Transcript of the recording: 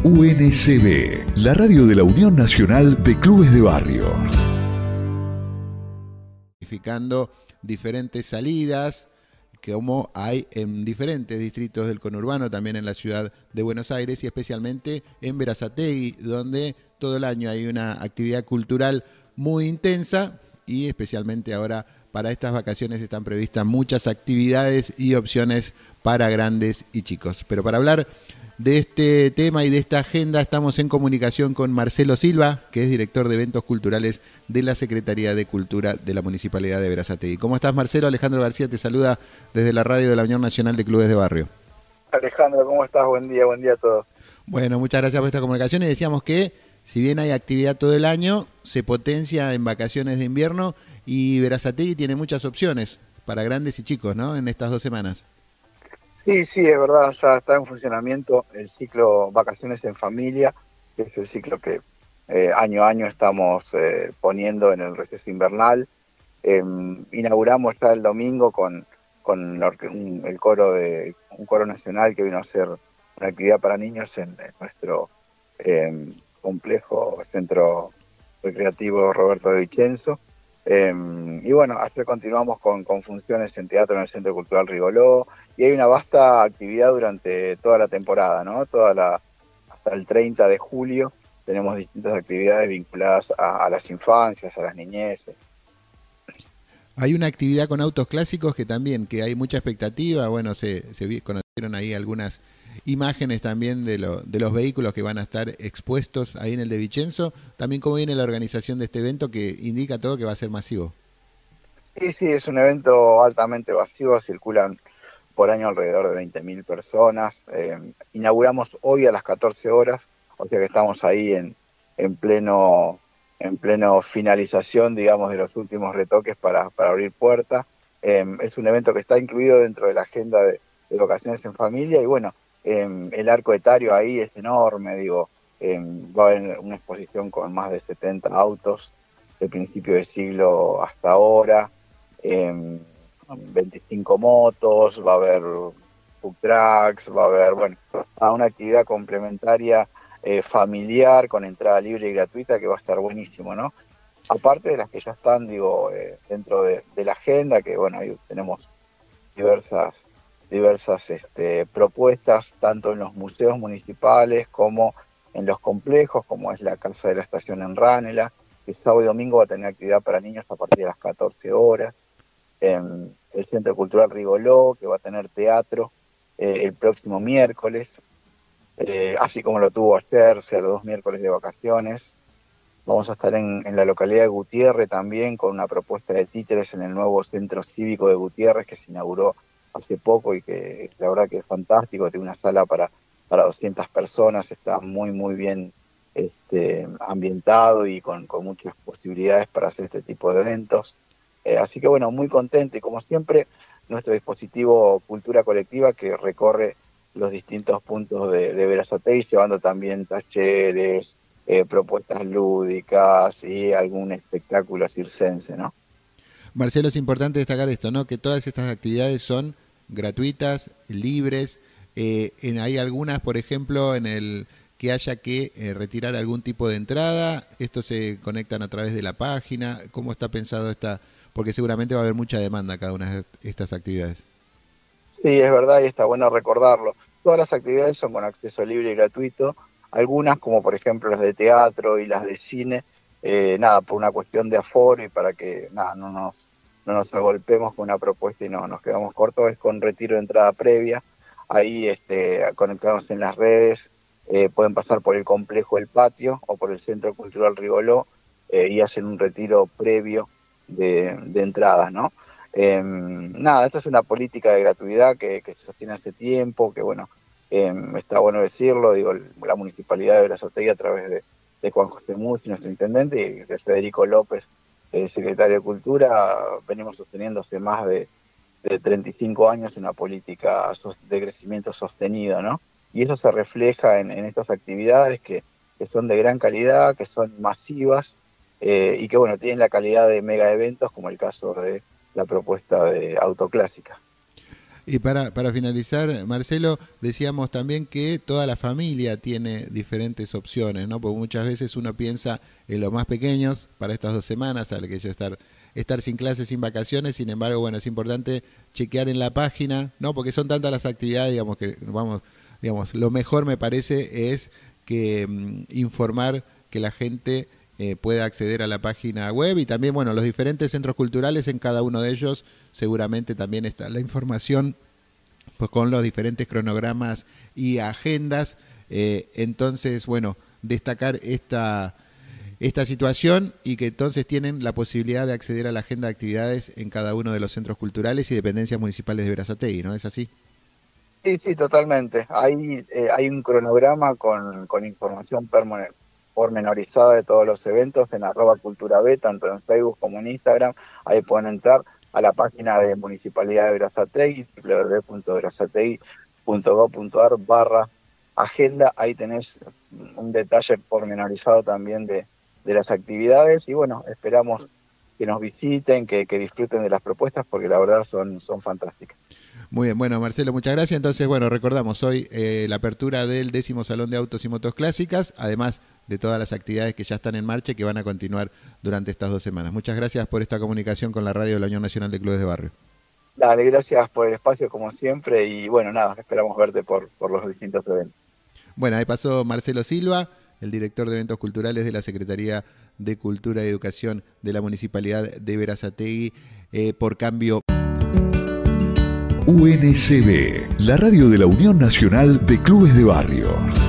UNCB, la radio de la Unión Nacional de Clubes de Barrio. Identificando diferentes salidas, como hay en diferentes distritos del conurbano, también en la ciudad de Buenos Aires y especialmente en Berazategui, donde todo el año hay una actividad cultural muy intensa y especialmente ahora para estas vacaciones están previstas muchas actividades y opciones para grandes y chicos. Pero para hablar de este tema y de esta agenda estamos en comunicación con Marcelo Silva, que es director de eventos culturales de la Secretaría de Cultura de la Municipalidad de Berazategui. ¿Cómo estás, Marcelo? Alejandro García te saluda desde la radio de la Unión Nacional de Clubes de Barrio. Alejandro, ¿cómo estás? Buen día a todos. Bueno, muchas gracias por esta comunicación y decíamos que si bien hay actividad todo el año, se potencia en vacaciones de invierno y Berazategui tiene muchas opciones para grandes y chicos, ¿no? En estas 2 semanas. Sí, es verdad, ya está en funcionamiento el ciclo Vacaciones en Familia, que es el ciclo que año a año estamos poniendo en el receso invernal. Inauguramos ya el domingo con un coro nacional que vino a hacer una actividad para niños en nuestro complejo centro recreativo Roberto de Vicenzo. Y bueno, ayer continuamos con funciones en teatro en el Centro Cultural Rigoló, y hay una vasta actividad durante toda la temporada, ¿no? Hasta el 30 de julio tenemos distintas actividades vinculadas a las infancias, a las niñeces. Hay una actividad con autos clásicos que hay mucha expectativa. Bueno, se conocieron ahí algunas imágenes también de los vehículos que van a estar expuestos ahí en el de Vicenzo. También cómo viene la organización de este evento que indica todo que va a ser masivo. Sí, es un evento altamente masivo, circulan por año alrededor de 20.000 personas. Inauguramos hoy a las 14 horas, o sea que estamos ahí en pleno finalización, digamos, de los últimos retoques para abrir puertas. Es un evento que está incluido dentro de la agenda de Vacaciones en Familia y bueno, el arco etario ahí es enorme, va a haber una exposición con más de 70 autos de principio de siglo hasta ahora, 25 motos, va a haber food trucks, va a haber, una actividad complementaria familiar con entrada libre y gratuita que va a estar buenísimo, ¿no? Aparte de las que ya están, dentro de la agenda, que bueno, ahí tenemos diversas propuestas, tanto en los museos municipales como en los complejos, como es la Casa de la Estación en Ranela, que sábado y domingo va a tener actividad para niños a partir de las 14 horas. El Centro Cultural Rigoló, que va a tener teatro el próximo miércoles, así como lo tuvo ayer, los 2 miércoles de vacaciones. Vamos a estar en la localidad de Gutiérrez también con una propuesta de títeres en el nuevo Centro Cívico de Gutiérrez que se inauguró hace poco y que la verdad que es fantástico, tiene una sala para 200 personas, está muy bien ambientado y con muchas posibilidades para hacer este tipo de eventos. Así que bueno, muy contento y como siempre, nuestro dispositivo Cultura Colectiva que recorre los distintos puntos de Berazategui, llevando también talleres, propuestas lúdicas y algún espectáculo circense, ¿no? Marcelo, es importante destacar esto, ¿no? Que todas estas actividades son gratuitas, libres. Hay algunas, por ejemplo, en el que haya que retirar algún tipo de entrada. Estos se conectan a través de la página. ¿Cómo está pensado esta? Porque seguramente va a haber mucha demanda a cada una de estas actividades. Sí, es verdad y está bueno recordarlo. Todas las actividades son con acceso libre y gratuito. Algunas, como por ejemplo las de teatro y las de cine, por una cuestión de aforo y para que no nos agolpemos con una propuesta y no nos quedamos cortos, es con retiro de entrada previa. Ahí conectados en las redes, pueden pasar por el complejo El Patio o por el Centro Cultural Rigoló y hacen un retiro previo de entradas, ¿no? Esta es una política de gratuidad que se sostiene hace tiempo, que bueno, está bueno decirlo, la Municipalidad de Berazategui a través de Juan José Musi, nuestro intendente, y de Federico López, secretario de Cultura, venimos sosteniendo hace más de 35 años una política de crecimiento sostenido, ¿no? Y eso se refleja en estas actividades que son de gran calidad, que son masivas, y que bueno, tienen la calidad de mega eventos, como el caso de la propuesta de Autoclásica. Y para finalizar, Marcelo, decíamos también que toda la familia tiene diferentes opciones, ¿no? Porque muchas veces uno piensa en los más pequeños para estas 2 semanas, al que ellos estar sin clases, sin vacaciones. Sin embargo, bueno, es importante chequear en la página, ¿no? Porque son tantas las actividades, digamos, que lo mejor me parece es que informar que la gente pueda acceder a la página web, y también, bueno, los diferentes centros culturales, en cada uno de ellos seguramente también está la información, pues con los diferentes cronogramas y agendas. Entonces, bueno, destacar esta situación, y que entonces tienen la posibilidad de acceder a la agenda de actividades en cada uno de los centros culturales y dependencias municipales de Berazategui, ¿no es así? Sí, totalmente. Hay un cronograma con información pormenorizada de todos los eventos en @culturab, tanto en Facebook como en Instagram. Ahí pueden entrar a la página de Municipalidad de Berazategui, www.berazategui.gov.ar/agenda. Ahí tenés un detalle pormenorizado también de las actividades, y bueno, esperamos que nos visiten, que disfruten de las propuestas, porque la verdad son fantásticas. Muy bien, bueno, Marcelo, muchas gracias. Entonces, bueno, recordamos hoy la apertura del 10º Salón de Autos y Motos Clásicas, además de todas las actividades que ya están en marcha y que van a continuar durante estas 2 semanas. Muchas gracias por esta comunicación con la radio de la Unión Nacional de Clubes de Barrio. Dale, gracias por el espacio como siempre, y bueno, nada, esperamos verte por los distintos eventos. Bueno, ahí pasó Marcelo Silva, el director de eventos culturales de la Secretaría de Cultura y Educación de la Municipalidad de Berazategui, por cambio. UNCB, la radio de la Unión Nacional de Clubes de Barrio.